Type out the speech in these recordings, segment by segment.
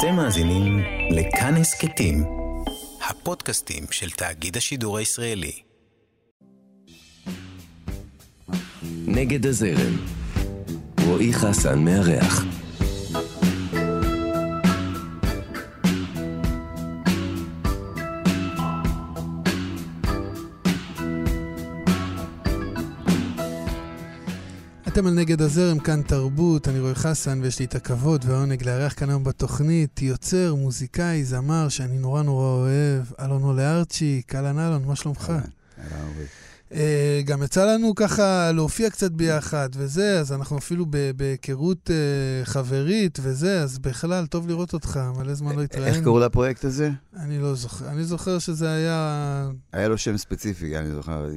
אתם מאזינים לכאן הסכתים, הפודקאסטים של תאגיד השידור הישראלי. נגד הזרם, רועי חסן מארח. אתם על נגד הזרם, כאן תרבות, אני רועי חסן ויש לי את הכבוד והעונג לארח כאן היום בתוכנית יוצר, מוזיקאי, זמר שאני נורא אוהב, אלון אולארצ'יק. אלון, מה שלומך? גם יצא לנו ככה להופיע קצת ביחד וזה, אז אנחנו אפילו בהיכרות חברית וזה, אז בכלל טוב לראות אותך, מלא זמן לא התראינו. איך קראו לפרויקט הזה? אני לא זוכר, אני זוכר שזה היה... היה לו שם ספציפי, אני זוכר.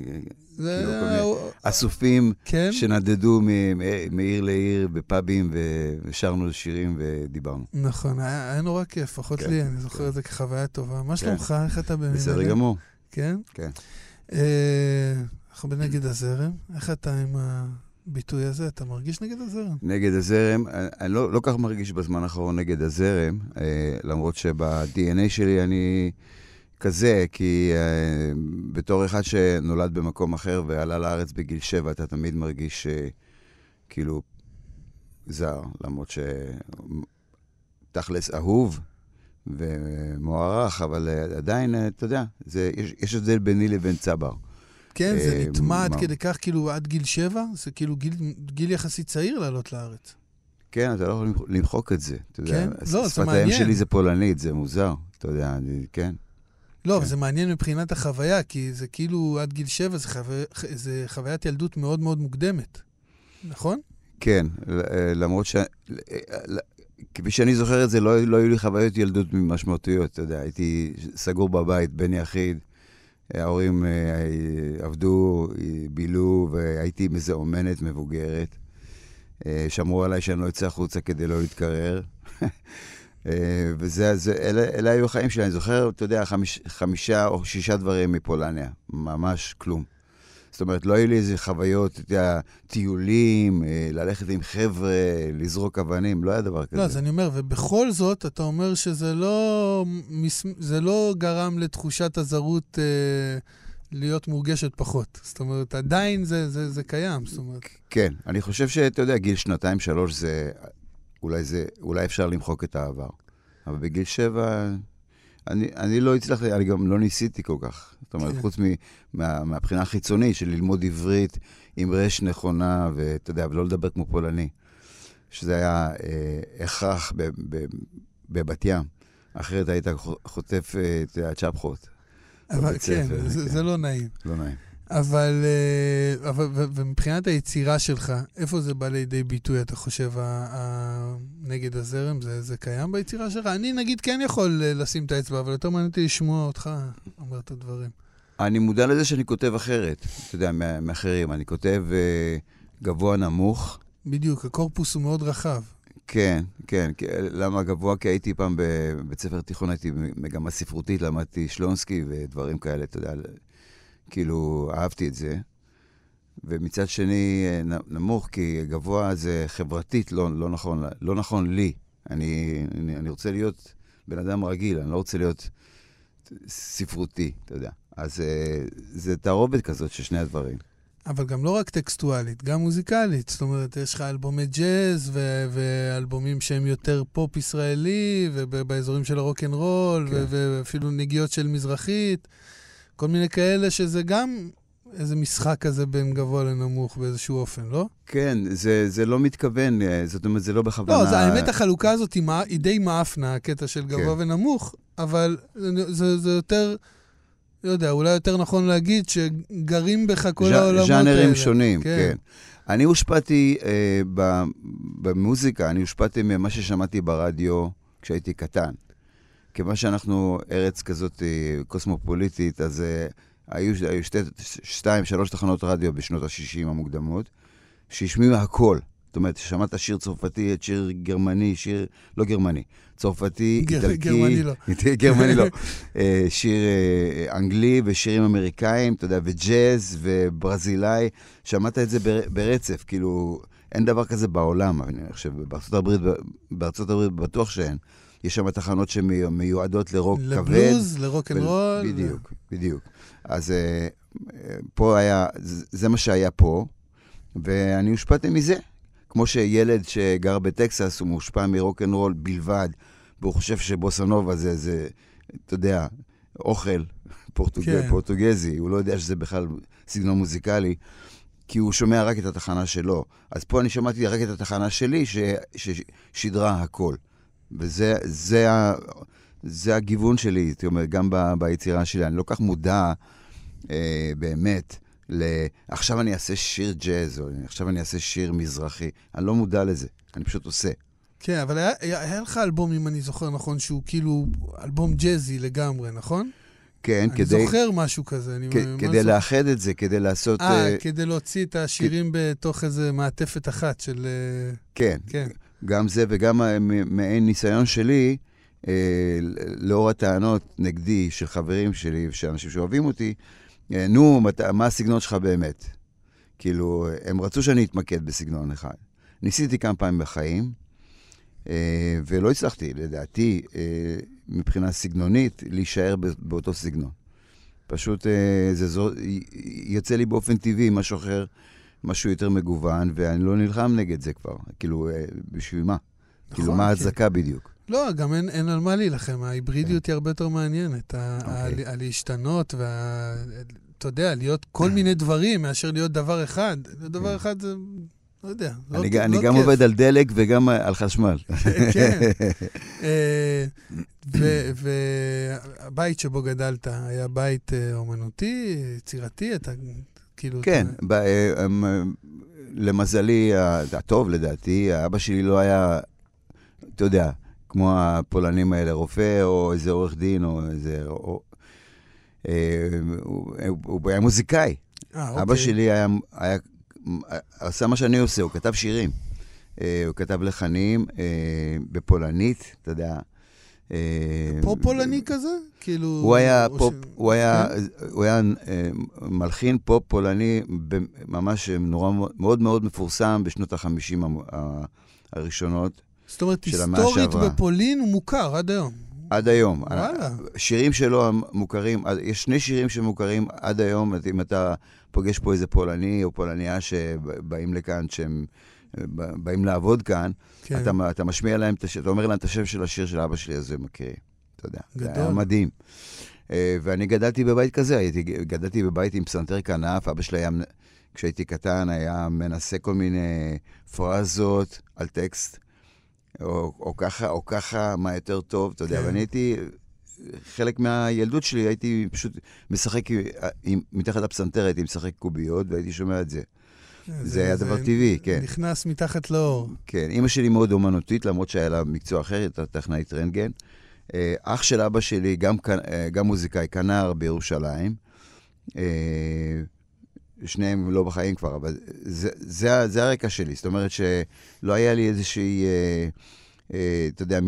אסופים שנדדו מעיר לעיר בפאבים ושרנו שירים ודיברנו. נכון, היה נורא כיף, לפחות לי, אני זוכר את זה כחוויה טובה. מה שלומך? איך אתה במין? בסדר גמור. כן? כן. אנחנו בנגד הזרם. איך אתה עם הביטוי הזה? אתה מרגיש נגד הזרם? נגד הזרם, אני לא כך מרגיש בזמן האחרון נגד הזרם, למרות שב-DNA שלי אני כזה, כי בתור אחד שנולד במקום אחר ועלה לארץ בגיל 7, אתה תמיד מרגיש כאילו זר, למרות שתכלס אהוב ומוערך, אבל עדיין, אתה יודע, יש הבדל ביני לבין צבר. כן, זה נטמע עד כדי כך, כאילו עד גיל 7, זה כאילו גיל יחסית צעיר לעלות לארץ. כן, אתה לא יכול למחוק את זה. כן? לא, זה מעניין. שפת האם שלי זה פולנית, זה מוזר, אתה יודע, כן. לא, זה מעניין מבחינת החוויה, כי זה כאילו עד גיל 7, זה חוויית ילדות מאוד מאוד מוקדמת, נכון? כן, למרות כפי שאני זוכר את זה, לא היו לי חוויות ילדות משמעותיות, אתה יודע, הייתי סגור בבית, בן יחיד, ההורים עבדו, בילו, והייתי עם איזו אומנת מבוגרת. שמרו עליי שאני לא יוצא החוצה כדי לא להתקרר. אלה היו החיים שלי. אני זוכר, אתה יודע, 5 או 6 דברים מפולניה. ממש כלום. זאת אומרת, לא היו לי איזה חוויות, אתה יודע, טיולים, ללכת עם חבר'ה, לזרוק אבנים, לא היה דבר כזה. לא, אז אני אומר, ובכל זאת, אתה אומר שזה לא גרם לתחושת הזרות להיות מורגשת פחות. זאת אומרת, עדיין זה קיים, זאת אומרת. כן, אני חושב שאתה יודע, גיל 2-3 אולי אפשר למחוק את העבר. אבל בגיל 7... אני לא הצלחתי, אני גם לא ניסיתי כל כך. זאת אומרת, חוץ מהבחינה החיצונית של ללמוד עברית עם רש נכונה, ואתה יודע, ולא לדבר כמו פולני. שזה היה הכרח בבת ים. אחרת היית חוטף את הצ'פחות. אבל כן, זה לא נעים. לא נעים. אבל ומבחינת היצירה שלך, איפה זה בא לידי ביטוי, אתה חושב, נגד הזרם? זה קיים ביצירה שלך? אני נגיד כן יכול לשים את האצבע, אבל יותר מעניין אותי לשמוע אותך אומר את הדברים. אני מודע לזה שאני כותב אחרת, אתה יודע, מאחרים. אני כותב גבוה נמוך. בדיוק, הקורפוס הוא מאוד רחב. כן, כן. למה גבוה? כי הייתי פעם בבית ספר תיכון, הייתי מגמה ספרותית, למדתי שלונסקי ודברים כאלה, אתה יודע, כאילו, אהבתי את זה. ומצד שני, נמוך, כי גבוה זה חברתית לא נכון לי. אני רוצה להיות בן אדם רגיל, אני לא רוצה להיות ספרותי, אתה יודע. אז זה תערובת כזאת של שני הדברים. אבל גם לא רק טקסטואלית, גם מוזיקלית. זאת אומרת, יש לך אלבומי ג'אז ואלבומים שהם יותר פופ ישראלי, ובאזורים של הרוק-אנד-רול, ואפילו נגיעות של מזרחית. כל מיני כאלה שזה גם איזה משחק כזה בין גבוה לנמוך באיזשהו אופן, לא? כן, זה לא מתכוון, זאת אומרת, זה לא בכוונה... לא, האמת החלוקה הזאת היא די מאפנה, הקטע של גבוה ונמוך, אבל זה יותר, לא יודע, אולי יותר נכון להגיד שגרים בך כל העולמות האלה. ז'אנרים שונים, כן. אני הושפעתי במוזיקה, אני הושפעתי ממה ששמעתי ברדיו כשהייתי קטן. כמה שאנחנו ארץ כזאת קוסמופוליטית, אז היו 2-3 תחנות רדיו בשנות ה-60 המוקדמות, שהשמיעו הכל. זאת אומרת, שמעת שיר צרפתי, שיר גרמני, שיר לא גרמני, צרפתי, איטלקי, גרמני לא, שיר אנגלי ושירים אמריקאים, אתה יודע, וג'אז וברזילאי, שמעת את זה ברצף, כאילו, אין דבר כזה בעולם, אני חושב, בארצות הברית בטוח שאין. יש שם תחנות שמיועדות לרוק כבד. לבלוז, לרוק אנד רול. בדיוק, בדיוק. אז פה היה, זה מה שהיה פה, ואני הושפעתי מזה. כמו שילד שגר בטקסס, הוא מושפע מרוק אנד רול בלבד, והוא חושב שבוסנובה זה, אתה יודע, אוכל פורטוגזי, הוא לא יודע שזה בכלל סגנון מוזיקלי, כי הוא שומע רק את התחנה שלו. אז פה אני שמעתי רק את התחנה שלי ששידרה הכל. וזה הגיוון שלי, זאת אומרת, גם ביצירה שלי. אני לא כך מודע באמת עכשיו אני אעשה שיר ג'אז, או עכשיו אני אעשה שיר מזרחי. אני לא מודע לזה, אני פשוט עושה. כן, אבל היה לך אלבום, אם אני זוכר נכון, שהוא כאילו אלבום ג'אזי לגמרי, נכון? כן, אני זוכר משהו כזה. כדי לאחד את זה, כדי לעשות... כדי להוציא את השירים בתוך איזה מעטפת אחת של... כן, גם זה וגם מעין ניסיון שלי, לאור הטענות נגדי של חברים שלי, של אנשים שאוהבים אותי, נו, מה הסגנון שלך באמת? כאילו, הם רצו שאני אתמקד בסגנון אחד. ניסיתי כמה פעמים בחיים, ולא הצלחתי, לדעתי, מבחינה סגנונית, להישאר באותו סגנון. פשוט יוצא לי באופן טבעי משהו אחר, משהו יותר מגוון, ואני לא נלחם נגד זה כבר. כאילו, בשביל מה? כאילו, מה ההצדקה בדיוק? לא, גם אין על מה להילחם. ההיברידיות היא הרבה יותר מעניינת. הלהשתנות אתה יודע, להיות כל מיני דברים, מאשר להיות דבר אחד. דבר אחד זה... לא יודע. אני גם עובד על דלק וגם על חשמל. כן. והבית שבו גדלת היה בית אומנותי, יצירתי, אתה כאילו... כן, למזלי, הטוב לדעתי, אבא שלי לא היה, אתה יודע, כמו הפולנים האלה, רופא או איזה עורך דין או איזה... הוא היה מוזיקאי. אבא שלי עשה מה שאני עושה, הוא כתב שירים. הוא כתב לחנים בפולנית, אתה יודע. פופ-פולני כזה? כאילו... הוא היה מלחין פופ-פולני ממש נורא מאוד מאוד מפורסם בשנות ה-50 הראשונות. זאת אומרת, היסטורית בפולין הוא מוכר עד היום. עד היום. שירים שלו מוכרים, יש שני שירים שמוכרים עד היום, אם אתה פוגש פה איזה פולני או פולניה שבאים לכאן, שהם באים לעבוד כאן, אתה משמיע להם, אתה אומר להם את השם של השיר של אבא שלי, אז הם מכירים. אתה יודע, זה היה מדהים. ואני גדלתי בבית כזה, גדלתי בבית עם פסנתר כנף, אבא שלי היה, כשהייתי קטן, היה מנסה כל מיני פרזות על טקסט, או ככה, מה יותר טוב, אתה יודע, ואני הייתי, חלק מהילדות שלי, הייתי פשוט משחק, מתחת הפסנתר הייתי משחק קוביות, והייתי שומע את זה. זה היה דבר טבעי, כן. נכנס מתחת לאור. כן, אמא שלי מאוד אומנותית, למרות שהיה לה מקצוע אחר, הייתה טכנאית רנטגן. אח של אבא שלי, גם מוזיקאי, כנר בירושלים. שניהם לא בחיים כבר, אבל זה הרקע שלי. זאת אומרת שלא היה לי איזושהי, אתה יודע,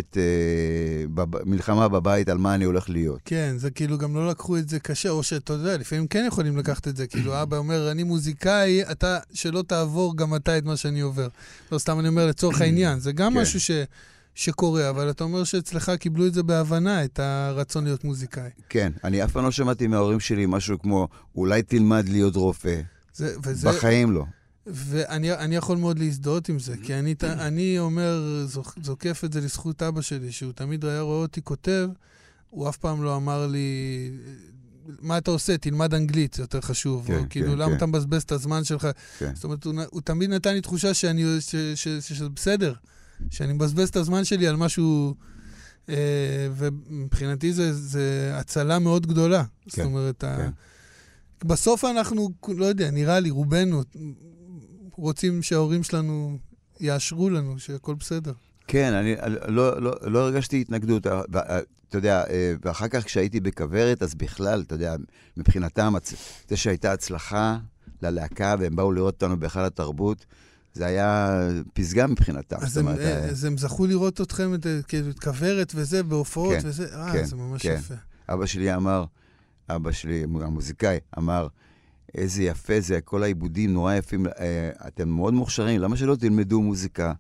מלחמה בבית על מה אני הולך להיות. כן, זה כאילו גם לא לקחו את זה קשה, או שאתה יודע, לפעמים כן יכולים לקחת את זה, כאילו אבא אומר, אני מוזיקאי, אתה שלא תעבור גם אתה את מה שאני עובר. לא סתם אני אומר לצורך העניין, זה גם משהו שקורה, אבל אתה אומר שאצלך קיבלו את זה בהבנה, את הרצון להיות מוזיקאי. כן, אני אף פעם לא שמעתי מההורים שלי משהו כמו, אולי תלמד להיות רופא. בחיים לא. ואני יכול מאוד להזדהות עם זה, כי אני אומר, זוקף את זה לזכות אבא שלי, שהוא תמיד היה רואה אותי כותב, הוא אף פעם לא אמר לי, מה אתה עושה? תלמד אנגלית, זה יותר חשוב. כן, או כאילו, למה אתה מבזבז את הזמן שלך? כן. זאת אומרת, הוא תמיד נתן לי תחושה שזה בסדר, שאני מבזבז את הזמן שלי על משהו, ומבחינתי זה הצלה מאוד גדולה. כן, זאת אומרת, כן. בסוף אנחנו, לא יודע, נראה לי, רובנו, רוצים שההורים שלנו יאשרו לנו, שהכל בסדר. כן, אני לא הרגשתי התנגדות, אתה יודע, ואחר כך כשהייתי בכוורת, אז בכלל, אתה יודע, מבחינתם, זה שהייתה הצלחה ללהקה, והם באו לראות אותנו בהיכל התרבות, זה היה פסגה מבחינתם. אז הם זכו לראות אתכם, את כוורת וזה, בהופעות וזה, זה ממש יפה. אבא שלי, המוזיקאי, אמר, איזה יפה זה, כל העיבודים נורא יפים, אתם מאוד מוכשרים, למה שלא תלמדו מוזיקה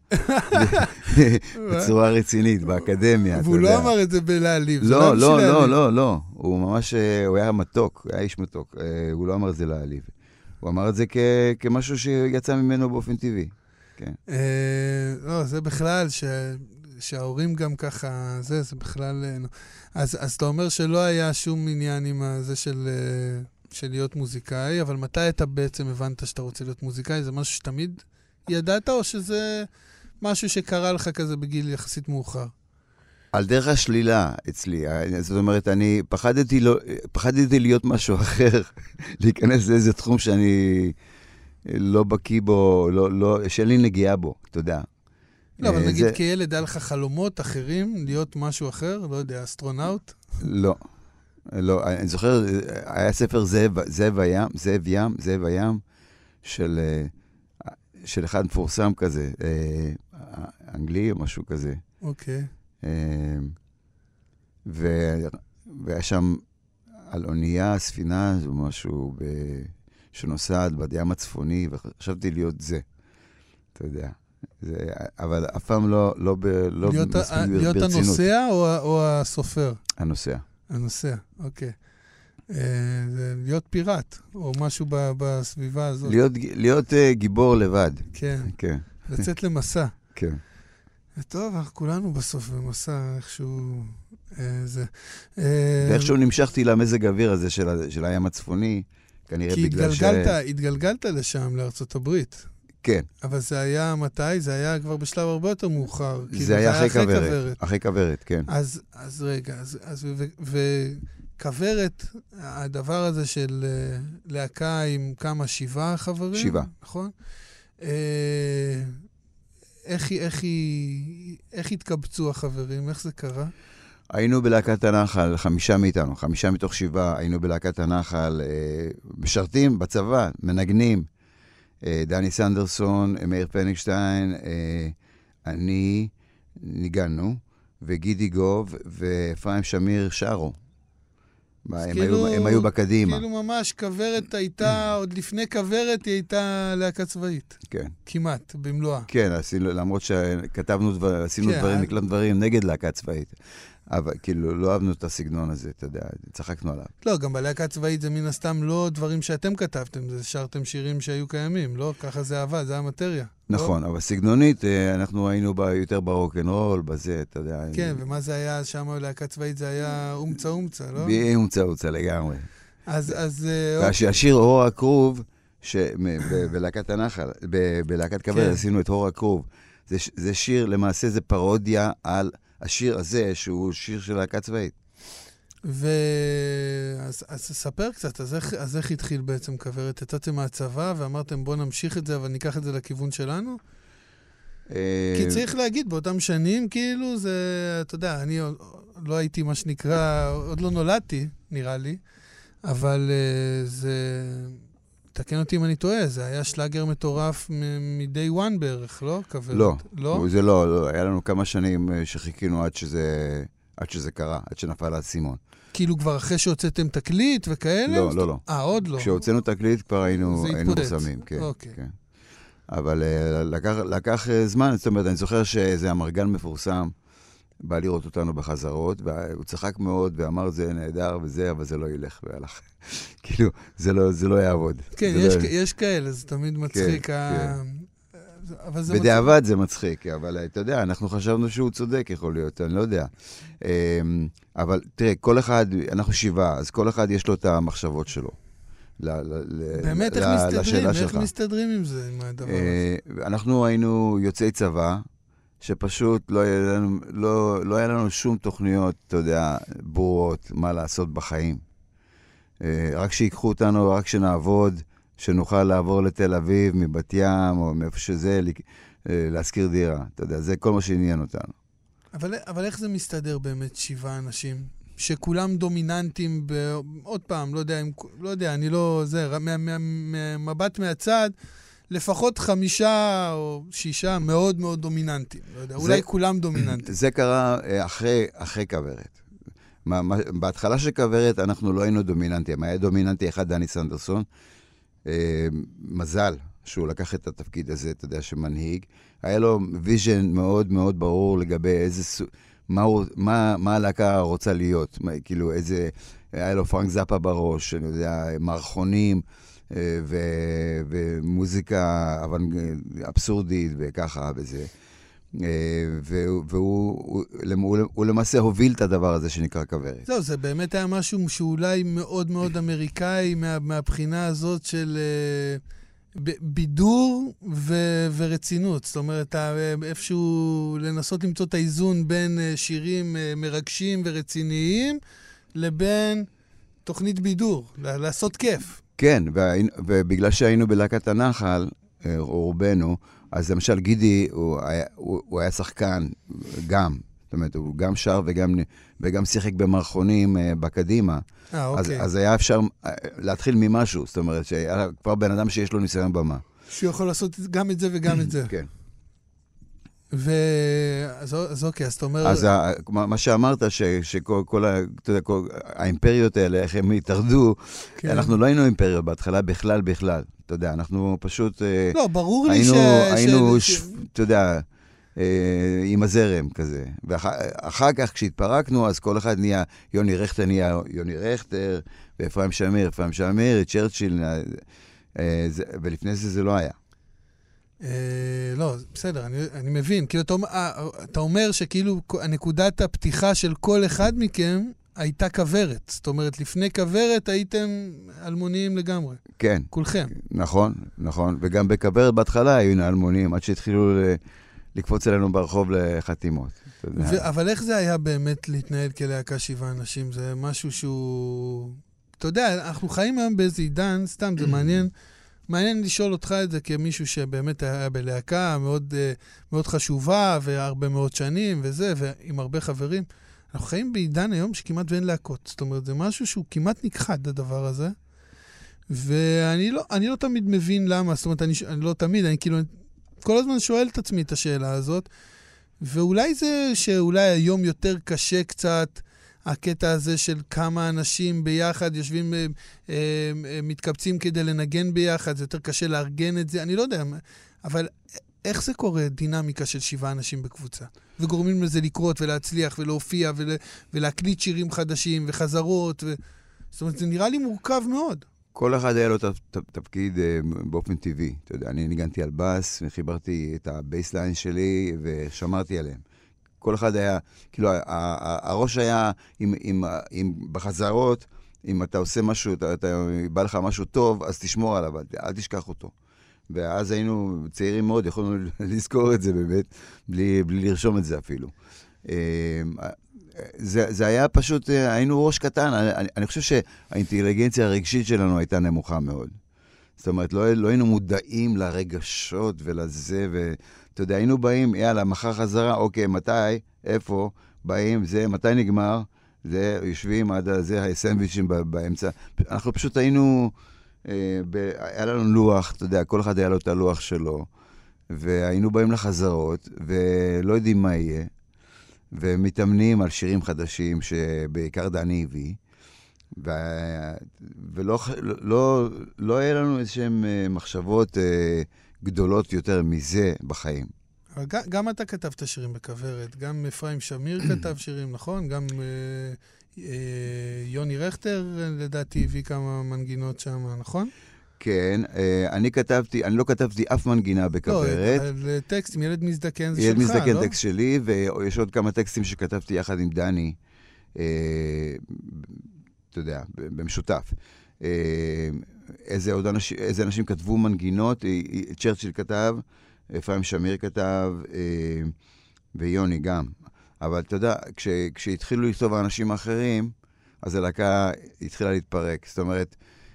בצורה רצינית, באקדמיה? והוא לא אמר את זה בלהעליב. לא, הוא ממש, הוא היה מתוק, הוא היה איש מתוק, הוא לא אמר את זה להעליב. הוא אמר את זה כמשהו שיצא ממנו באופן טבעי. לא, זה בכלל, שההורים גם ככה, זה בכלל... אז אתה אומר שלא היה שום עניין עם זה של להיות מוזיקאי, אבל מתי אתה בעצם הבנת שאתה רוצה להיות מוזיקאי? זה משהו שתמיד ידעת, או שזה משהו שקרה לך כזה בגיל יחסית מאוחר? על דרך השלילה אצלי. זאת אומרת, אני פחדתי להיות משהו אחר, להיכנס לאיזה תחום שאני לא בקיא בו, שאין לי נגיעה בו, אתה יודע. לא, אבל נגיד כילד, היה לך חלומות אחרים, להיות משהו אחר? לא יודע, אסטרונאוט? לא. לא, אני זוכר, היה ספר זאב הים, של אחד מפורסם כזה, אנגלי או משהו כזה. אוקיי. והיה שם על אונייה, ספינה, זה משהו שנוסעת בים הצפוני, וחשבתי להיות זה, אתה יודע. אבל אף פעם לא ברצינות. להיות הנוסע או הסופר? הנוסע. הנוסע, אוקיי. להיות פיראט, או משהו בסביבה הזאת. להיות גיבור לבד. כן. כן. לצאת למסע. כן. טוב, כולנו בסוף במסע, איכשהו... ואיכשהו נמשכתי למזג האוויר הזה של הים הצפוני, כנראה בגלל כי התגלגלת לשם, לארצות הברית. כן. אבל זה היה מתי? זה היה כבר בשלב הרבה יותר מאוחר. זה היה אחרי כברת. אחרי כברת, כן. אז רגע, וכברת, הדבר הזה של להקה עם כמה 7 חברים? 7. נכון? איך התקבצו החברים? איך זה קרה? היינו בלהקת הנחל, 5 מאיתנו, 5 מתוך 7, היינו בלהקת הנחל, משרתים בצבא, מנגנים. דני סנדרסון, מאיר פניגשטיין, אני ניגענו, וגידי גוב ואפרים שמיר שרו. הם היו בקדימה. כאילו ממש כברת הייתה, עוד לפני כברת היא הייתה להקה צבאית. כן. כמעט, במלואה. כן, למרות שכתבנו עשינו דברים, נקלטנו דברים נגד להקה צבאית. אבל כאילו לא אהבנו את הסגנון הזה, אתה יודע, צחקנו עליו. לא, גם בלהקה צבאית זה מן הסתם לא דברים שאתם כתבתם, זה שרתם שירים שהיו קיימים, לא? ככה זה עבד, זה המטריה. נכון, אבל סגנונית, אנחנו היינו יותר ברוק'נ'רול, בזה, אתה יודע. כן, ומה זה היה שם בלהקה צבאית? זה היה אומצה, לא? אומצה לגמרי. אז... השיר אור הכרוב, בלהקת הנחל, בלהקת כברת עשינו את אור הכרוב. זה שיר, למעשה זה פרודיה על... השיר הזה, שהוא שיר של להקה צבאית. אז ספר קצת, אז איך התחיל בעצם כברת? יצאתם מהצבא ואמרתם בוא נמשיך את זה, אבל ניקח את זה לכיוון שלנו? כי צריך להגיד, באותם שנים, כאילו, זה, אתה יודע, אני לא הייתי מה שנקרא, עוד לא נולדתי, נראה לי, אבל זה... תקן אותי אם אני טועה, זה היה שלאגר מטורף מ-day one בערך, לא? כברת. לא, זה לא. היה לנו כמה שנים שחיכינו עד שזה קרה, עד שנפל האסימון. כאילו כבר אחרי שהוצאתם תקליט וכאלה? לא. עוד לא. כשהוצאנו תקליט כבר היינו מושמים, כן. אוקיי. אבל לקח זמן, זאת אומרת, אני זוכר שזה אמרגן מפורסם, בא לראות אותנו בחזרות, והוא צחק מאוד ואמר זה נהדר וזה, אבל זה לא ילך והלך. כאילו, זה לא יעבוד. כן, יש כאלה, זה תמיד מצחיק. בדיעבד זה מצחיק, אבל אתה יודע, אנחנו חשבנו שהוא צודק, יכול להיות, אני לא יודע. אבל תראה, כל אחד, אנחנו 7, אז כל אחד יש לו את המחשבות שלו. באמת, איך מסתדרים עם זה, עם הדבר הזה? אנחנו היינו יוצאי צבא, שפשוט לא היה לנו שום תוכניות, אתה יודע, ברורות, מה לעשות בחיים. רק שיקחו אותנו, רק שנעבוד, שנוכל לעבור לתל אביב, מבת ים, או מאיפה שזה, להזכיר דירה. אתה יודע, זה כל מה שעניין אותנו. אבל איך זה מסתדר באמת 7 אנשים? שכולם דומיננטים, עוד פעם, לא יודע, אני לא, זה, מבט מהצד, לפחות 5 או 6 מאוד מאוד דומיננטיים. לא יודע, אולי כולם דומיננטיים. זה קרה אחרי כברת. בהתחלה של כברת אנחנו לא היינו דומיננטיים. היה דומיננטי אחד, דני סנדרסון, מזל שהוא לקח את התפקיד הזה, אתה יודע, שמנהיג. היה לו ויז'ן מאוד מאוד ברור לגבי מה הלהקה רוצה להיות. כאילו איזה, היה לו פרנק זאפה בראש, אני יודע, מערכונים ומוזיקה אבסורדית וככה וזה. והוא למעשה הוביל את הדבר הזה שנקרא כוורת. זהו, זה באמת היה משהו שאולי מאוד מאוד אמריקאי מהבחינה הזאת של בידור ורצינות. זאת אומרת, איפשהו לנסות למצוא את האיזון בין שירים מרגשים ורציניים לבין תוכנית בידור, לעשות כיף. כן, ובגלל שהיינו בלהקת הנחל, רובנו, אז למשל גידי, הוא היה שחקן גם. זאת אומרת, הוא גם שר וגם שיחק במערכונים בקדימה. אוקיי. אז היה אפשר להתחיל ממשהו. זאת אומרת, שהיה כבר בן אדם שיש לו ניסיון במה. שיכול לעשות גם את זה וגם את זה. כן. אז אוקיי, אז אתה אומר... אז מה שאמרת, שכל האימפריות האלה, איך הם התאחדו, אנחנו לא היינו אימפריות בהתחלה בכלל. אתה יודע, אנחנו פשוט... לא, ברור לי היינו, אתה יודע, עם הזרם כזה. ואחר כך, כשהתפרקנו, אז כל אחד נהיה, יוני רכטר, ואפרים שמיר, צ'רצ'יל, ולפני זה לא היה. לא, בסדר, אני מבין. כאילו, אתה אומר שכאילו הנקודת הפתיחה של כל אחד מכם הייתה כוורת. זאת אומרת, לפני כוורת הייתם אלמוניים לגמרי. כן. כולכם. נכון. וגם בכוורת בהתחלה היינו אלמוניים, עד שהתחילו לקפוץ אלינו ברחוב לחתימות. אבל איך זה היה באמת להתנהל כלהקה 7 אנשים? זה משהו שהוא... אתה יודע, אנחנו חיים היום באיזה עידן, סתם, זה מעניין. מעניין לשאול אותך את זה כמישהו שבאמת היה בלהקה מאוד, מאוד חשובה, והרבה מאוד שנים וזה, ועם הרבה חברים. אנחנו חיים בעידן היום שכמעט ואין להקות. זאת אומרת, זה משהו שהוא כמעט נכחד, הדבר הזה. ואני לא תמיד מבין למה. זאת אומרת, אני לא תמיד, אני כאילו כל הזמן שואל את עצמי את השאלה הזאת. ואולי זה שאולי היום יותר קשה קצת, הקטע הזה של כמה אנשים ביחד יושבים, מתקבצים כדי לנגן ביחד, זה יותר קשה לארגן את זה, אני לא יודע, אבל איך זה קורה, דינמיקה של 7 אנשים בקבוצה? וגורמים לזה לקרות ולהצליח ולהופיע ולהקליט שירים חדשים וחזרות, זאת אומרת, זה נראה לי מורכב מאוד. כל אחד היה לו תפקיד באופן טבעי, אתה יודע, אני ניגנתי על בס, וחיברתי את הבייסליין שלי ושמרתי עליהם. כל אחד היה, כאילו, הראש היה עם בחזרות, אם אתה עושה משהו, אתה בא לך משהו טוב, אז תשמור עליו, אל תשכח אותו. ואז היינו צעירים מאוד, יכולנו לזכור את זה באמת, בלי לרשום את זה אפילו. זה היה פשוט, היינו ראש קטן, אני חושב שהאינטליגנציה הרגשית שלנו הייתה נמוכה מאוד. זאת אומרת, לא היינו מודעים לרגשות ולזה, אתה יודע, היינו באים, יאללה, מחר חזרה, אוקיי, מתי, איפה, באים, זה, מתי נגמר, זה, יושבים עד זה, הסנדוויצ'ים באמצע. אנחנו פשוט היינו, היה לנו לוח, אתה יודע, כל אחד היה לו את הלוח שלו, והיינו באים לחזרות, ולא יודעים מה יהיה, ומתאמנים על שירים חדשים, שבעיקר דני הביא, ולא היה לנו איזשהם מחשבות גדולות יותר מזה בחיים. גם אתה כתבת שירים בכוורת, גם אפרים שמיר כתב שירים, נכון? גם יוני רכטר, לדעתי, הביא כמה מנגינות שם, נכון? כן, אני לא כתבתי אף מנגינה בכוורת. לא, טקסטים, ילד מזדקן זה שלך, לא? ילד מזדקן טקסט שלי, ויש עוד כמה טקסטים שכתבתי יחד עם דני, אתה יודע, במשותף. איזה אנשים כתבו מנגינות, צ'רצ'יל כתב, אפרים שמיר כתב, ויוני גם. אבל אתה יודע, כשהתחילו לכתוב האנשים האחרים, אז הלהקה התחילה להתפרק. זאת אומרת,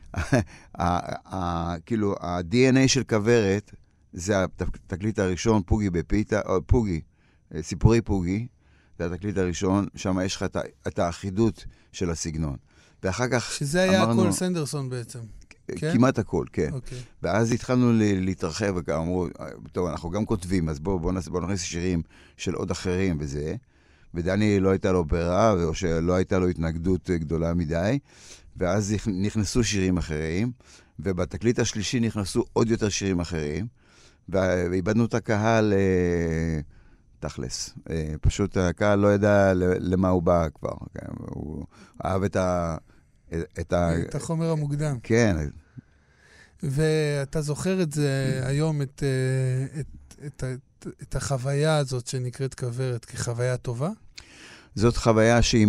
כאילו, ה-DNA של כוורת, זה התקליט הראשון, פוגי, סיפורי פוגי, זה התקליט הראשון, שם יש לך את האחידות של הסגנון. ואחר כך שזה היה הכל סנדרסון בעצם. כמעט הכל, כן. אוקיי. ואז התחלנו להתרחב, ואמרו, טוב, אנחנו גם כותבים, אז בואו נכניס שירים של עוד אחרים וזה. ודני לא הייתה לו ברירה, או שלא הייתה לו התנגדות גדולה מדי, ואז נכנסו שירים אחרים, ובתקליט השלישי נכנסו עוד יותר שירים אחרים, ואיבדנו את הקהל תכלס. פשוט הקהל לא ידע למה הוא בא כבר. הוא אהב את החומר המוקדם. כן. ואתה זוכר את זה היום, את החוויה הזאת שנקראת כוורת, כחוויה טובה? זאת חוויה שהיא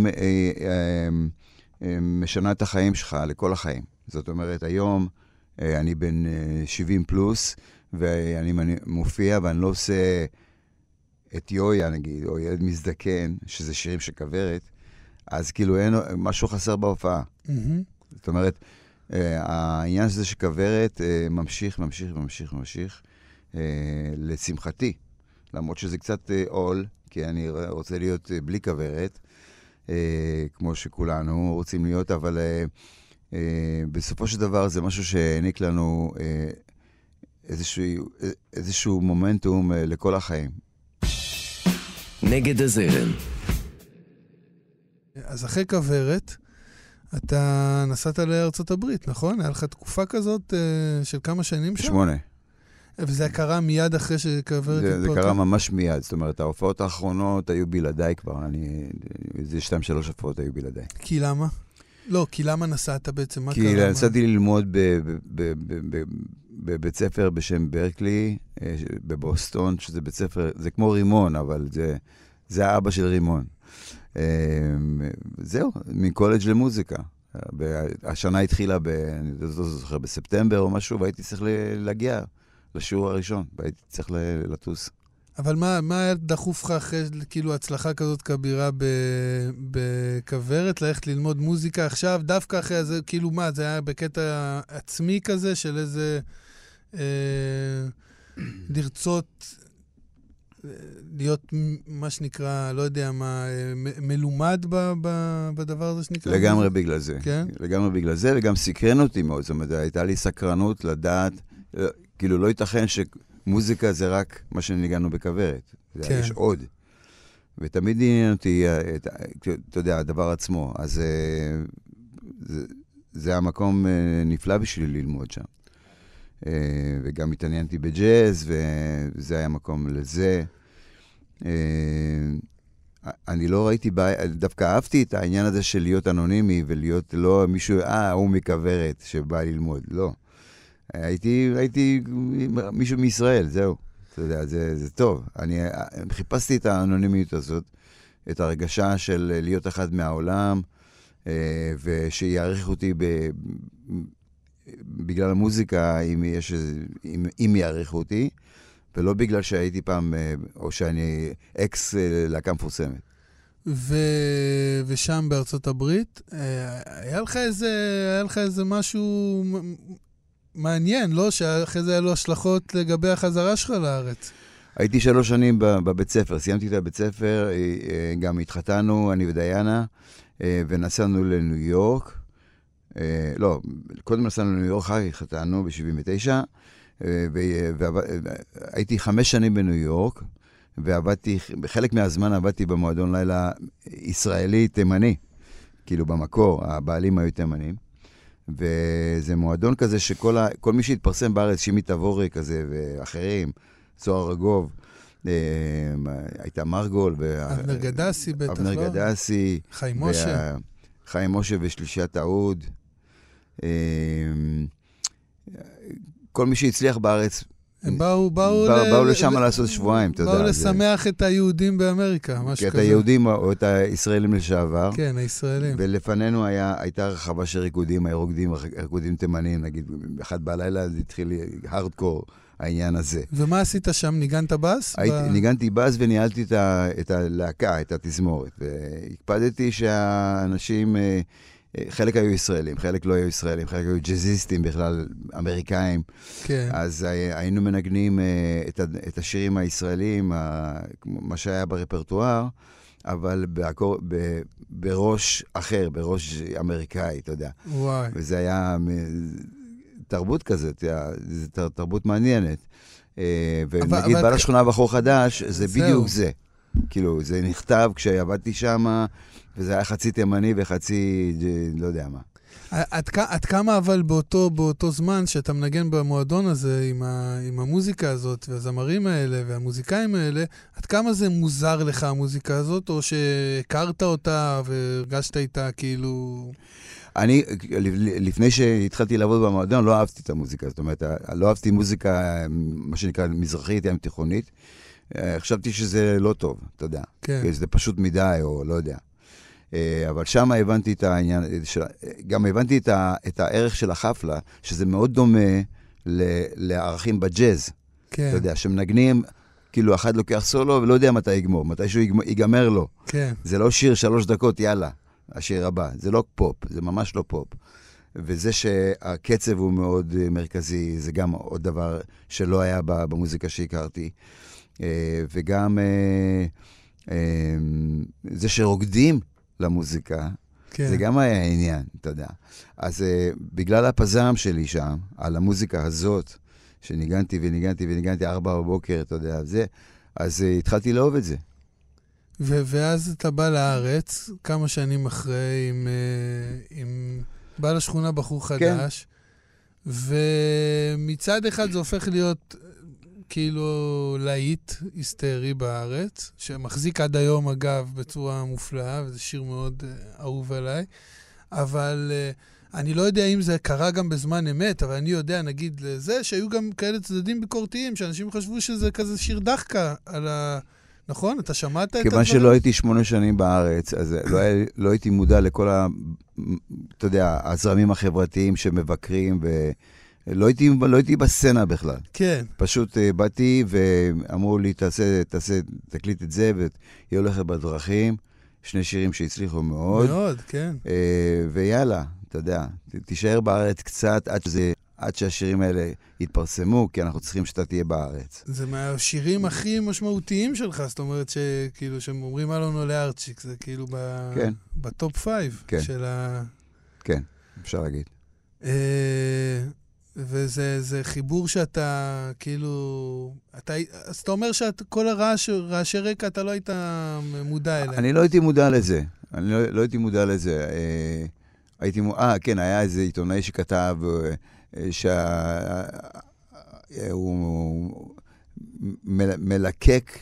משנה את החיים שלך לכל החיים. זאת אומרת, היום אני בן 70 פלוס, ואני מופיע ואני לא עושה את יויה, נגיד, או ילד מזדקן, שזה שירים של כוורת, אז כאילו אין משהו חסר בהופעה. זאת אומרת, העניין הזה שכוורת ממשיך, לשמחתי. למרות שזה קצת עול, כי אני רוצה להיות בלי כוורת, כמו שכולנו רוצים להיות, אבל בסופו של דבר זה משהו שהעניק לנו איזשהו מומנטום לכל החיים. נגד הזרם. אז אחרי כוורת, אתה נסעת לארצות הברית, נכון? היה לך תקופה כזאת של כמה שנים שם? 8. וזה קרה מיד אחרי שכוורת התפרקה? זה קרה ממש מיד. זאת אומרת, ההופעות האחרונות היו בלעדיי כבר. זה 2-3 הופעות היו בלעדיי. כי למה? לא, כי למה נסעת בעצם? מה קרה? כי נסעתי ללמוד בבית ספר בשם ברקלי, בבוסטון, שזה בית ספר, זה כמו רימון, אבל זה האבא של רימון. זהו, מקולג' למוזיקה. השנה התחילה, אני לא זוכר, בספטמבר או משהו, והייתי צריך להגיע לשיעור הראשון, והייתי צריך לטוס. אבל מה היה דחוף לך אחרי כאילו הצלחה כזאת כבירה בכוורת, ללכת ללמוד מוזיקה עכשיו, דווקא אחרי זה, כאילו מה, זה היה בקטע עצמי כזה, של איזה לרצות להיות מה שנקרא, לא יודע מה, מלומד בדבר הזה שנקרא? לגמרי בגלל זה. כן? לגמרי בגלל זה, וגם סקרן אותי מאוד. זאת אומרת, הייתה לי סקרנות לדעת, כאילו לא ייתכן שמוזיקה זה רק מה שניגענו בכוורת. כן. יש עוד. ותמיד עניין אותי, אתה יודע, הדבר עצמו. אז זה המקום נפלא בשביל ללמוד שם. וגם התעניינתי בג'אז, וזה היה מקום לזה. אני לא ראיתי, דווקא אהבתי את העניין הזה של להיות אנונימי, ולהיות לא מישהו, הוא מכוורת שבא ללמוד, לא. הייתי מישהו מישראל, זהו. אתה יודע, זה טוב. אני חיפשתי את האנונימיות הזאת, את הרגשה של להיות אחד מהעולם, ושיעריך אותי בגלל המוזיקה, אם יעריכו אותי, ולא בגלל שהייתי פעם, או שאני אקס להקה מפורסמת. ושם בארצות הברית, היה לך איזה משהו מעניין, לא? שאחרי זה היה לו השלכות לגבי החזרה שלך לארץ. הייתי 3 שנים בבית ספר, סיימתי את הבית ספר, גם התחתנו, אני ודיינה, ונסענו לניו יורק. לא, קודם נסענו לניו יורק, אחר התחתנו ב-79, והייתי 5 שנים בניו יורק, ועבדתי, בחלק מהזמן עבדתי במועדון לילה ישראלי תימני, כאילו במקור, הבעלים היו תימנים, וזה מועדון כזה שכל מי שהתפרסם בארץ, שימי תבורי כזה, ואחרים, צוהר רגוב, הייתה מרגול, אבנר גדסי בטח, אבנר גדסי, חיים משה. חיים משה ושלישיית העוד. כל מי שהצליח בארץ, הם באו לשם לעשות שבועיים, אתה יודע. באו לשמח את היהודים באמריקה, משהו כזה. את היהודים או את הישראלים לשעבר. כן, הישראלים. ולפנינו הייתה רחבה של ריקודים, היו ריקודים תימנים, נגיד, אחד בלילה זה התחיל הארדקור, העניין הזה. ומה עשית שם? ניגנת בס? ניגנתי בס וניהלתי את הלהקה, את התזמורת. והקפדתי שהאנשים, חלק היו ישראלים, חלק לא היו ישראלים, חלק היו ג'זיסטים בכלל, אמריקאים. כן. אז היינו מנגנים את השירים הישראלים, מה שהיה ברפרטואר, אבל בראש אחר, בראש אמריקאי, אתה יודע. וואי. וזה היה תרבות כזאת, זו תרבות מעניינת. ונגיד בעל השכונה בחור חדש, זה בדיוק זה. כאילו, זה נכתב כשעבדתי שם, וזה היה חצי תימני וחצי, לא יודע מה. עד כמה אבל באותו זמן שאתה מנגן במועדון הזה עם המוזיקה הזאת והזמרים האלה והמוזיקאים האלה, עד כמה זה מוזר לך המוזיקה הזאת, או שהכרת אותה והרגשת איתה כאילו... אני, לפני שהתחלתי לעבוד במועדון, לא אהבתי את המוזיקה. זאת אומרת, לא אהבתי מוזיקה, מה שנקרא, מזרחית, ים תיכונית. חשבתי שזה לא טוב, אתה יודע. כן. כי זה פשוט מדי, או לא יודע. אבל שם הבנתי את העניין, גם הבנתי את הערך של החפלה, שזה מאוד דומה לערכים בג'אז. כן. אתה יודע, שמנגנים, כאילו אחד לוקח סולו ולא יודע מתי יגמור, מתי שהוא ייגמר לו. כן. זה לא שיר 3 דקות, יאללה, השיר הבא. זה לא פופ, זה ממש לא פופ. וזה שהקצב הוא מאוד מרכזי, זה גם עוד דבר שלא היה במוזיקה שהכרתי. וגם זה שרוקדים למוזיקה, כן. זה גם היה עניין, אתה יודע. אז בגלל הפזם שלי שם, על המוזיקה הזאת, שניגנתי 4 בבוקר, אתה יודע, אז התחלתי לאהוב את זה. ואז אתה בא לארץ, כמה שנים אחרי, עם בא לשכונה בחור חדש, כן. ומצד אחד זה הופך להיות כאילו להיט היסטרי בארץ, שמחזיק עד היום אגב בצורה מופלאה, וזה שיר מאוד אהוב עליי, אבל אני לא יודע אם זה קרה גם בזמן אמת, אבל אני יודע, נגיד לזה, שהיו גם כאלה צדדים ביקורתיים, שאנשים חשבו שזה כזה שיר דחקה על ה... נכון? אתה שמעת את הדברים? כיוון שלא הייתי 8 שנים בארץ, אז לא הייתי מודע לכל אתה יודע, הזרמים החברתיים שמבקרים, ולא הייתי בסצנה בכלל. כן. פשוט באתי ואמרו לי, תקליט את זה, והיא הולכת בדרכים, 2 שירים שהצליחו מאוד. מאוד, כן. ויאללה, אתה יודע, תישאר בארץ קצת עד שהשירים האלה יתפרסמו, כי אנחנו צריכים שאתה תהיה בארץ. זה מהשירים הכי משמעותיים שלך, זאת אומרת שכאילו, שהם אומרים אלון עולה ארצ'יק, זה כאילו כן. בטופ 5 כן. של ה... כן, אפשר להגיד. וזה חיבור שאתה כאילו... אז אתה אומר שכל רעשי רקע אתה לא היית מודע אליהם. אני לא הייתי מודע לזה. כן, היה איזה עיתונאי שכתב שהוא מלקק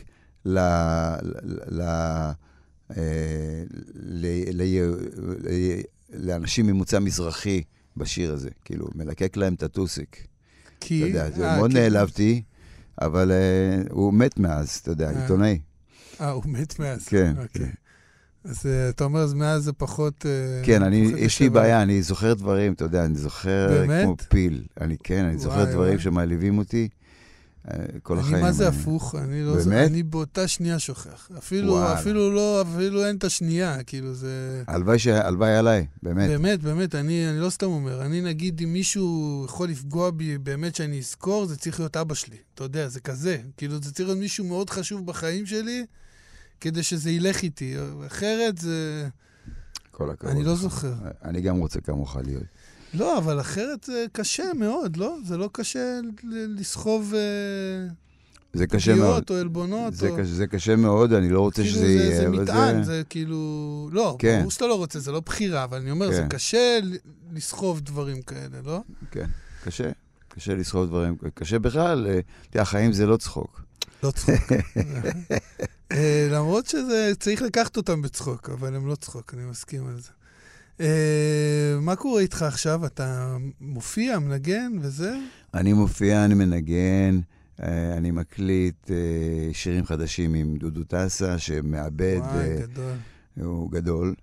לאנשים ממוצא מזרחי בשיר הזה, כאילו, מלקק להם את הטוסיק. אתה יודע, זה מאוד נעלבתי, אבל הוא מת מאז, אתה יודע, עיתונאי. הוא מת מאז. כן, כן. אז אתה אומר, אז מאז זה פחות... כן, יש לי בעיה, אני זוכר דברים, אתה יודע, אני זוכר כמו פיל. אני זוכר דברים שמעליבים אותי כל החיים. אני מה זה הפוך, אני באותה שנייה שוכח. אפילו אין את השנייה, כאילו זה... הלוואי עליי, באמת. באמת, אני לא סתם אומר. אני נגיד, אם מישהו יכול לפגוע בי באמת שאני אזכור, זה צריך להיות אבא שלי. אתה יודע, זה כזה. כאילו, זה צריך להיות מישהו מאוד חשוב בחיים שלי, כדי שזה ילך איתי. אחרת זה... כל הכבוד. אני לא זוכר. אני גם רוצה כמוך להיות. לא, אבל אחרת זה קשה מאוד, לא? זה לא קשה לסחוב פגיעות או אלבונות. זה קשה מאוד, אני לא רוצה שזה יהיה. זה מטען, זה כאילו... לא, ברור שאתה לא רוצה, זה לא בחירה, אבל אני אומר, זה קשה לסחוב דברים כאלה, לא? כן, קשה. קשה לסחוב דברים. קשה בכלל, החיים זה לא צחוק. לא צחוק. למרות שזה צריך לקחת אותם בצחוק, אבל הם לא צחוק, אני מסכים על זה. מה קורה איתך עכשיו? אתה מופיע, מנגן וזה? אני מופיע, אני מנגן, אני מקליט שירים חדשים עם דודו טסה, שמעבד. וואי, גדול. הוא גדול.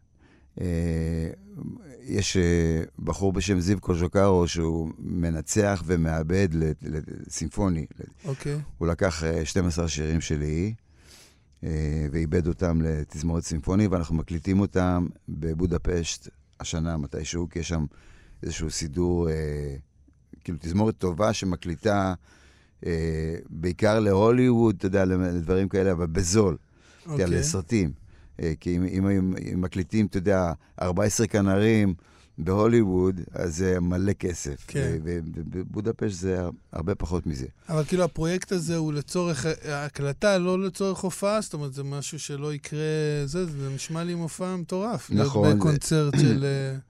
יש בחור בשם זיו קוז'וקרו, שהוא מנצח ומעבד לסימפוני. אוקיי. הוא לקח 12 שירים שלי, ואיבד אותם לתזמורת סימפוני, ואנחנו מקליטים אותם בבודפשט השנה מתישהו, כי יש שם איזשהו סידור, כאילו תזמורת טובה שמקליטה בעיקר להוליווד, אתה יודע, לדברים כאלה, אבל בזול, אתה יודע, לסרטים. כי אם מקליטים, אתה יודע, 14 כנרים בהוליווד, אז זה מלא כסף. כן. ובבודפשט זה הרבה פחות מזה. אבל כאילו הפרויקט הזה הוא לצורך הקלטה, לא לצורך הופעה, זאת אומרת, זה משהו שלא יקרה, זה נשמע לי מופע מטורף. נכון. בקונצרט של...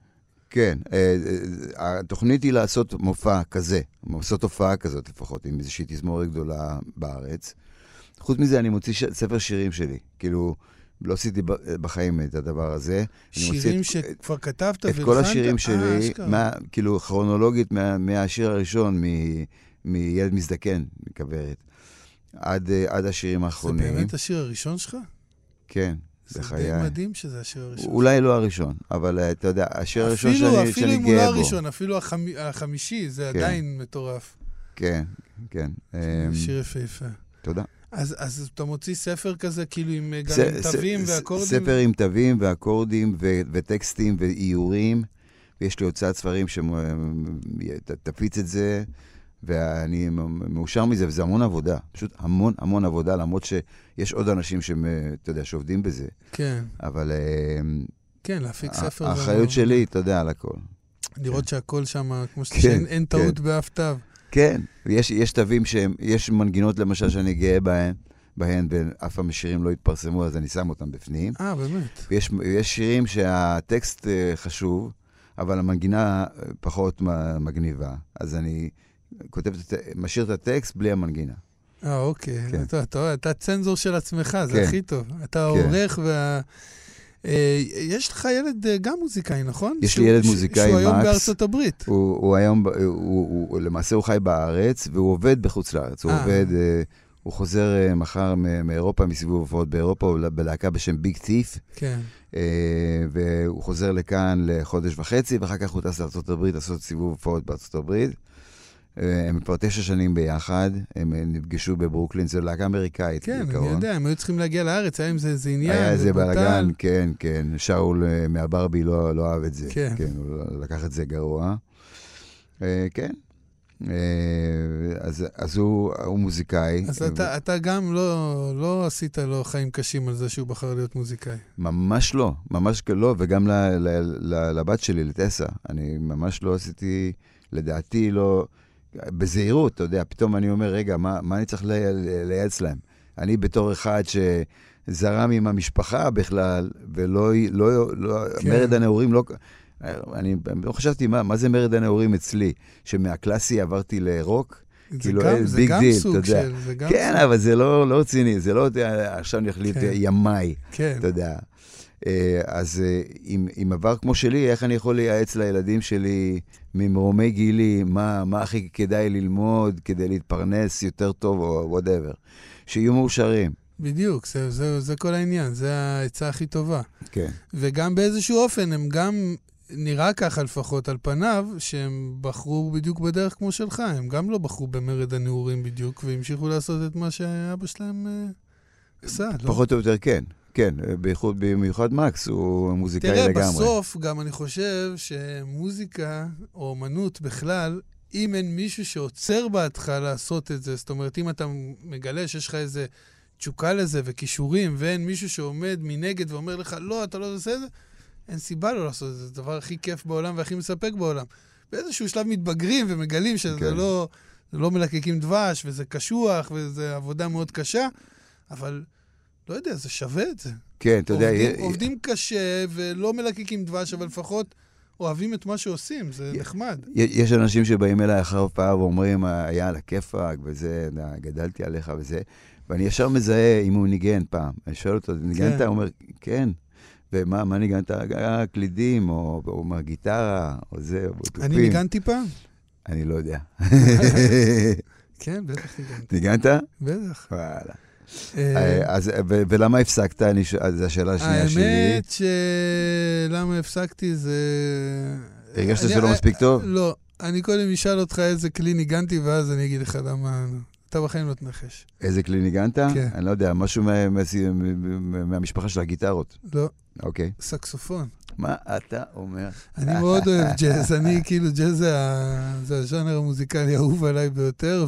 כן, התוכנית היא לעשות מופע כזה, לעשות הופעה כזאת לפחות, עם איזושהי תזמורת גדולה בארץ. חוץ מזה, אני מוציא ספר שירים שלי. כאילו, לא עשיתי בחיים את הדבר הזה. שירים שכבר כתבת את כל השירים שלי, כאילו, כרונולוגית מהשיר הראשון, מילד מזדקן, מכוורת, עד השירים האחרונים. זה באמת השיר הראשון שלך? כן. זה די מדהים שזה השיר הראשון. אולי לא הראשון, אבל אתה יודע, השיר הראשון שאני גאה בו. אפילו אם הוא לא הראשון, אפילו החמישי, זה עדיין מטורף. כן, כן. שיר יפה. תודה. אז אתה מוציא ספר כזה, כאילו עם תווים ואקורדים? ספר עם תווים ואקורדים וטקסטים ואיורים, ויש לי הוצאת ספרים שתפיץ את זה, ואני מאושר מזה, וזה המון עבודה, פשוט המון המון עבודה, למרות שיש עוד אנשים אתה יודע, שעובדים בזה. כן. אבל כן, להפיק ספר. האחריות שלי, אתה יודע, על הכל. לראות שהכל שם, כמו שאין טעות באף תו. כן, יש תווים יש מנגינות למשל שאני גאה בהן, ואף המשירים לא התפרסמו, אז אני שם אותם בפנים. באמת. ויש שירים שהטקסט חשוב, אבל המנגינה פחות מגניבה. אז אני משאיר את הטקסט בלי המנגינה. אוקיי. אתה צנזור של עצמך, זה הכי טוב. אתה עורך יש לך ילד גם מוזיקאי, נכון? יש לי ילד מוזיקאי, שהוא מקס. היום בארצות הברית. למעשה הוא חי בארץ, והוא עובד בחוץ לארץ. הוא חוזר מחר מאירופה, מסיבוב הופעות באירופה, הוא בלהקה בשם ביג טיף. כן. והוא חוזר לכאן לחודש וחצי, ואחר כך הוא טס לארצות הברית, לעשות סיבוב הופעות בארצות הברית. הם כבר 9 שנים ביחד, הם נפגשו בברוקלין, זו להקה אמריקאית. כן, אני יודע, הם היו צריכים להגיע לארץ, היה עם זה עניין. היה איזה בלגן, כן, כן. שאול מהברבי לא אהב את זה. כן. הוא לקח את זה גרוע. כן. אז הוא מוזיקאי. אז אתה גם לא עשית לו חיים קשים על זה שהוא בחר להיות מוזיקאי. ממש לא, ממש לא, וגם לבת שלי, לטסה. אני ממש לא עשיתי, לדעתי לא... בזהירות, אתה יודע, פתאום אני אומר, רגע, מה אני צריך לייעץ להם? אני בתור אחד שזרם עם המשפחה בכלל, ולא, כן. מרד הנאורים לא... אני לא חשבתי, מה זה מרד הנאורים אצלי? שמהקלאסי עברתי לרוק? זה גם סוג של... כן, אבל זה לא רציני, זה לא, עכשיו אני החליט ימי, אתה יודע. אז אם עבר כמו שלי, איך אני יכול לייעץ לילדים שלי ממרומי גילי, מה הכי כדאי ללמוד כדי להתפרנס יותר טוב או whatever, שיהיו מאושרים. בדיוק, זה כל העניין, זה העצה הכי טובה. כן. וגם באיזשהו אופן, הם גם נראה ככה לפחות על פניו, שהם בחרו בדיוק בדרך כמו שלך, הם גם לא בחרו במרד הנאורים בדיוק, והמשיכו לעשות את מה שאבא שלהם עשה. פחות או יותר כן. כן, במיוחד מקס, הוא מוזיקאי לגמרי. תראה, בסוף גם אני חושב שמוזיקה או אומנות בכלל, אם אין מישהו שעוצר בעדך לעשות את זה, זאת אומרת, אם אתה מגלה שיש לך איזה תשוקה לזה וכישורים, ואין מישהו שעומד מנגד ואומר לך, לא, אתה לא עושה את זה, אין סיבה לא לעשות את זה. זה הדבר הכי כיף בעולם והכי מספק בעולם. באיזשהו שלב מתבגרים ומגלים שזה לא מלקקים דבש, וזה קשוח, וזה עבודה מאוד קשה, אבל... לא יודע, זה שווה את זה. כן, אתה יודע... עובדים קשה ולא מלקקים דבש, אבל לפחות אוהבים את מה שעושים, זה נחמד. יש אנשים שבאים אליי אחר הופעה ואומרים, היה על הכיפק וזה, גדלתי עליך וזה, ואני ישר מזהה אם הוא ניגן פעם. אני שואל אותו, ניגנת? הוא אומר, כן. ומה ניגנת? קלידים, או מהגיטרה, או זה, או בוטופים. אני ניגנתי פעם? אני לא יודע. כן, בטח ניגנתי. ניגנת? בטח. וואלה. ולמה הפסקת? זו השאלה השנייה שלי. האמת שלמה הפסקתי זה... הרגשת שזה לא מספיק טוב? לא. אני קודם אשאל אותך איזה כלי ניגנתי, ואז אני אגיד לך למה... אתה בחיים לא תנחש. איזה כלי ניגנת? כן. אני לא יודע, משהו מהמשפחה של הגיטרות. לא. אוקיי. סקסופון. מה אתה אומר? אני מאוד אוהב ג'אז. אני כאילו, ג'אז זה הז'אנר המוזיקלי האהוב עליי ביותר,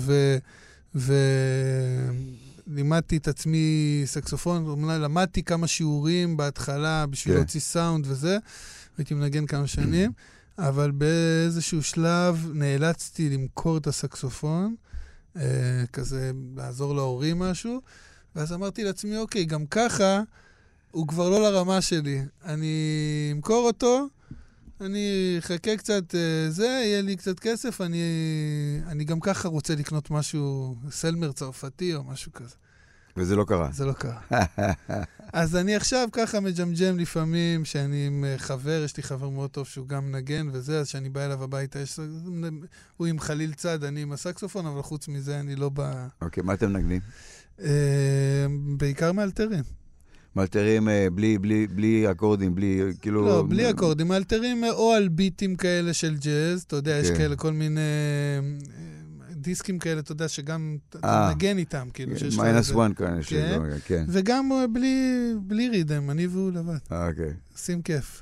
לימדתי את עצמי סקסופון, למדתי כמה שיעורים בהתחלה בשביל להוציא סאונד וזה, הייתי מנגן כמה שנים, אבל באיזשהו שלב נאלצתי למכור את הסקסופון, כזה לעזור להורים משהו, ואז אמרתי לעצמי, אוקיי, גם ככה הוא כבר לא לרמה שלי, אני אמכור אותו, אני אחכה קצת, יהיה לי קצת כסף, אני גם ככה רוצה לקנות משהו, סלמר צרפתי או משהו כזה. וזה לא קרה. זה לא קרה. אז אני עכשיו ככה מג'מג'ם לפעמים, שאני עם חבר, יש לי חבר מאוד טוב שהוא גם נגן וזה, אז שאני בא אליו הביתה, הוא עם חליל צד, אני עם הסקסופון, אבל חוץ מזה אני לא בא... אוקיי, מה אתם נגנים? בעיקר מאלתרים. מאלתרים בלי אקורדים, בלי כאילו... לא, בלי אקורדים. מאלתרים או על ביטים כאלה של ג'אז, אתה יודע, יש כאלה כל מיני דיסקים כאלה, אתה יודע, שגם אתה נגן איתם, כאילו. מיינס וואן כאלה. כן. וגם בלי רידם, אני והוא לבד. אוקיי. עושים כיף.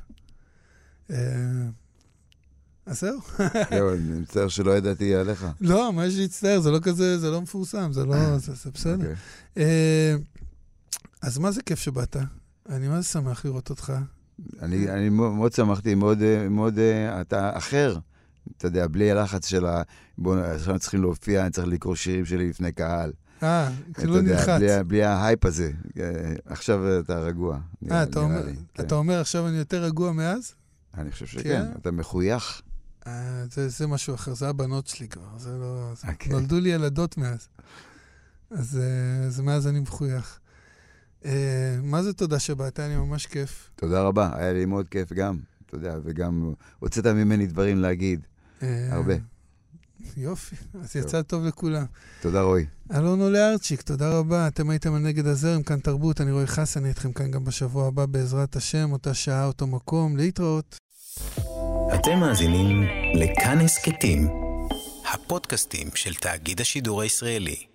אז זהו. אני מצטער שלא ידעתי עליך. לא, מה יש להצטער? זה לא כזה, זה לא מפורסם, זה לא, זה בסדר. אז מה זה כיף שבאת? אני מאוד שמח לראות אותך. אני מאוד שמחתי, מאוד, אתה אחר. אתה יודע, בלי הלחץ של עכשיו צריכים להופיע, אני צריך לקרוא שירים שלי לפני קהל. כאילו נלחץ. בלי ההייפ הזה. עכשיו אתה רגוע. אתה אומר עכשיו אני יותר רגוע מאז? אני חושב שכן, אתה מחוייך. זה משהו אחר, זה הבנות שלי כבר. זה לא... נולדו לי ילדות מאז. אז מאז אני מחוייך. מה זה תודה שבאת? אני ממש כיף. תודה רבה, היה לי מאוד כיף גם, אתה יודע, וגם הוצאת ממני דברים להגיד, הרבה. יופי, אז יצא טוב לכולם. תודה רועי. אלונו לארצ'יק, תודה רבה. אתם הייתם על נגד הזרם, כאן תרבות, אני רועי חסן, אני איתכם כאן גם בשבוע הבא בעזרת השם, אותה שעה, אותו מקום, להתראות. אתם מאזינים לכאן הסכתים, הפודקאסטים של תאגיד השידור הישראלי.